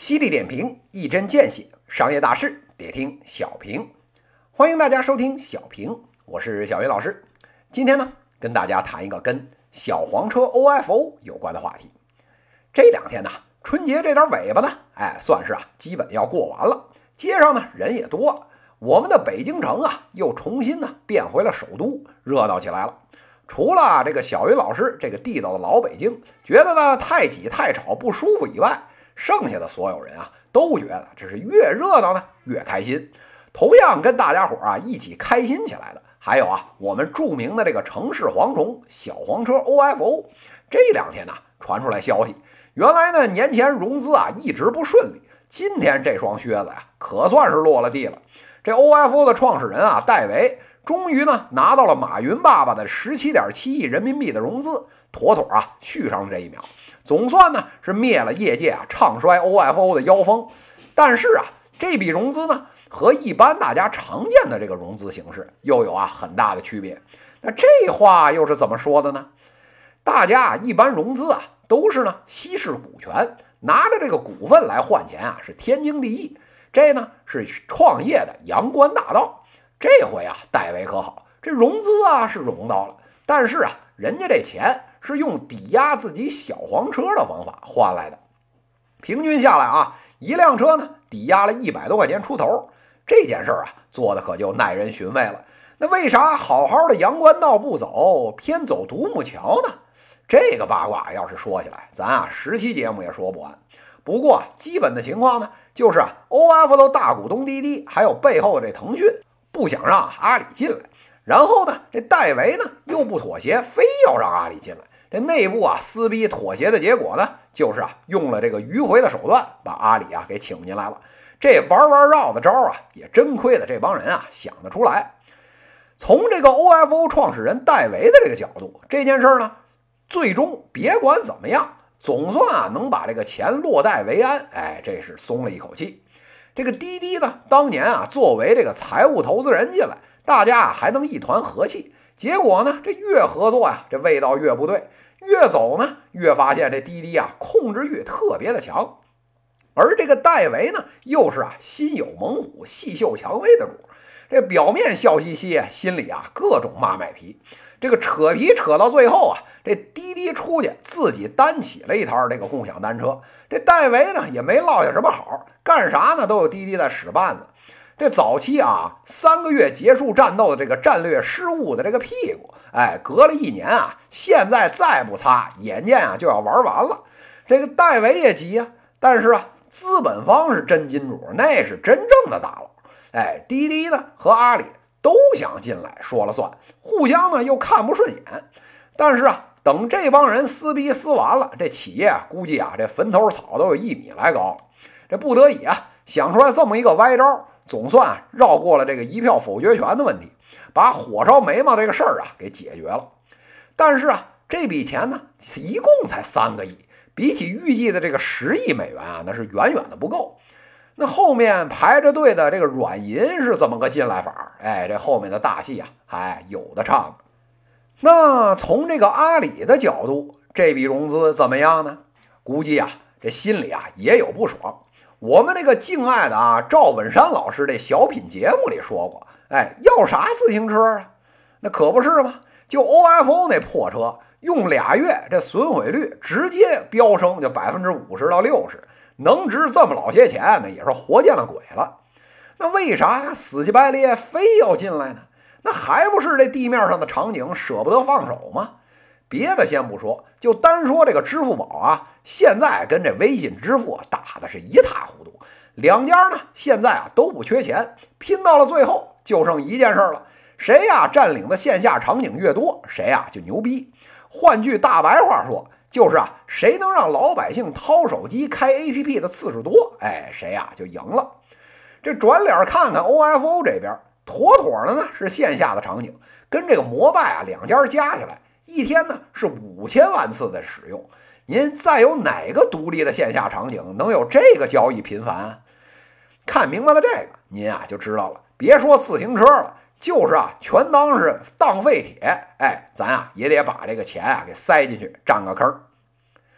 犀利点评，一针见血，商业大事得听小平。欢迎大家收听小平，我是小云老师。今天呢，跟大家谈一个跟小黄车 OFO 有关的话题。这两天呢，春节这点尾巴呢，算是基本要过完了。街上呢人也多了，我们的北京城又重新变回了首都，热闹起来了。除了这个小云老师这个地道的老北京觉得呢太挤太吵不舒服以外，剩下的所有人都觉得这是越热闹呢越开心。同样跟大家伙一起开心起来的，还有我们著名的这个城市蝗虫小黄车 OFO。这两天传出来消息，原来呢年前融资一直不顺利，今天这双靴子可算是落了地了。这 OFO 的创始人戴维终于呢拿到了马云爸爸的17.7亿人民币的融资，妥妥续上了这一秒，总算呢是灭了业界唱衰 OFO 的妖风。但是这笔融资呢和一般大家常见的这个融资形式又有很大的区别。那这话又是怎么说的呢？大家一般融资都是呢稀释股权，拿着这个股份来换钱是天经地义，这呢是创业的阳关大道。这回戴维可好，这融资是融到了，但是人家这钱是用抵押自己小黄车的方法换来的，平均下来一辆车呢抵押了100多块钱出头，这件事做的可就耐人寻味了。那为啥好好的阳关道不走，偏走独木桥呢？这个八卦要是说起来，咱10期节目也说不完。不过基本的情况呢，就是 OFO 大股东滴滴还有背后的这腾讯不想让阿里进来，然后呢这戴维呢又不妥协，非要让阿里进来。这内部撕逼妥协的结果呢，就是用了这个迂回的手段把阿里给请进来了。这玩绕的招也真亏得这帮人想得出来。从这个 OFO 创始人戴维的这个角度，这件事呢最终别管怎么样，总算能把这个钱落袋为安，这是松了一口气。这个滴滴呢当年作为这个财务投资人进来，大家还能一团和气，结果呢这越合作这味道越不对，越走呢越发现这滴滴控制欲特别的强。而这个戴维呢又是心有猛虎细嗅蔷薇的主，这表面笑嘻嘻，心里各种骂卖皮。这个扯皮扯到最后这滴滴出去自己单起了一摊这个共享单车，这戴维呢也没落下什么好，干啥呢都有滴滴在使绊子。这早期3个月结束战斗的这个战略失误的这个屁股，隔了1年现在再不擦，眼见就要玩完了。这个戴维也急但是资本方是真金主，那是真正的大佬。滴滴呢和阿里都想进来说了算，互相呢又看不顺眼。但是等这帮人撕逼撕完了，这企业估计这坟头草都有1米来高了。这不得已想出来这么一个歪招，总算绕过了这个一票否决权的问题，把火烧眉毛这个事儿给解决了。但是这笔钱呢一共才3个亿，比起预计的这个10亿美元那是远远的不够。那后面排着队的这个软银是怎么个进来法？这后面的大戏还有的唱。那从这个阿里的角度，这笔融资怎么样呢？估计这心里也有不爽。我们这个敬爱的赵本山老师这小品节目里说过，要啥自行车那可不是吗？就 OFO 那破车，用2月这损毁率直接飙升就50%到60%，能值这么老些钱，那也是活见了鬼了。那为啥死乞白咧非要进来呢？那还不是这地面上的场景舍不得放手吗？别的先不说，就单说这个支付宝现在跟这微信支付打的是一塌糊涂。两家呢现在都不缺钱，拼到了最后就剩一件事了，谁占领的线下场景越多，谁就牛逼。换句大白话说，就是谁能让老百姓掏手机开 APP 的次数多，谁就赢了。这转脸看看 OFO 这边，妥妥的呢是线下的场景，跟这个摩拜两家加起来，一天呢是5000万次的使用。您再有哪个独立的线下场景能有这个交易频繁？看明白了这个，您就知道了。别说自行车了，就是全当是当废铁，咱也得把这个钱给塞进去，占个坑。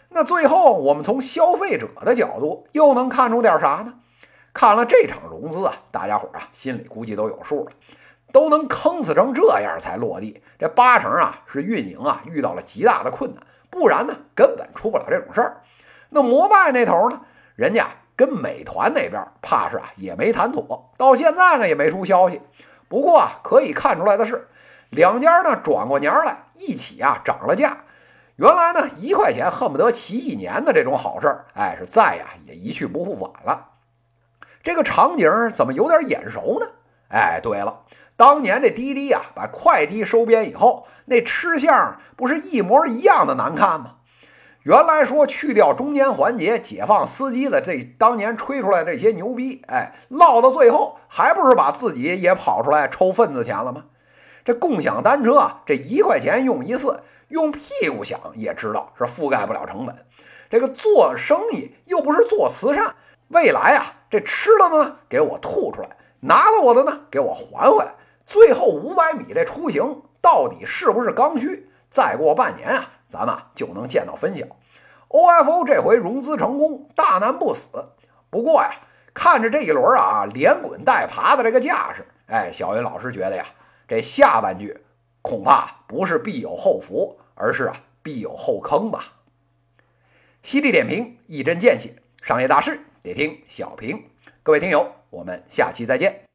那最后我们从消费者的角度又能看出点啥呢？看了这场融资啊，大家伙啊心里估计都有数了，都能坑死成这样才落地，这八成啊是运营啊遇到了极大的困难，不然呢根本出不了这种事儿。那摩拜那头呢，人家跟美团那边怕是啊也没谈妥，到现在呢也没出消息。不过啊可以看出来的是，两家呢转过年来一起啊涨了价。原来呢1块钱恨不得骑1年的这种好事儿，是再呀也一去不复返了。这个场景怎么有点眼熟呢？对了，当年这滴滴啊把快滴收编以后，那吃相不是一模一样的难看吗？原来说去掉中间环节，解放司机的这当年吹出来这些牛逼，落到最后还不是把自己也跑出来抽份子钱了吗？这共享单车啊，这1块钱用一次，用屁股想也知道是覆盖不了成本。这个做生意又不是做慈善，未来啊，这吃了呢给我吐出来，拿了我的呢给我还回来，最后500米这出行到底是不是刚需？再过半年啊，咱们就能见到分晓。OFO 这回融资成功，大难不死。不过呀，看着这一轮啊连滚带爬的这个架势，小云老师觉得呀，这下半句恐怕不是必有后福，而是必有后坑吧。犀利点评，一针见血，商业大事得听小平。各位听友，我们下期再见。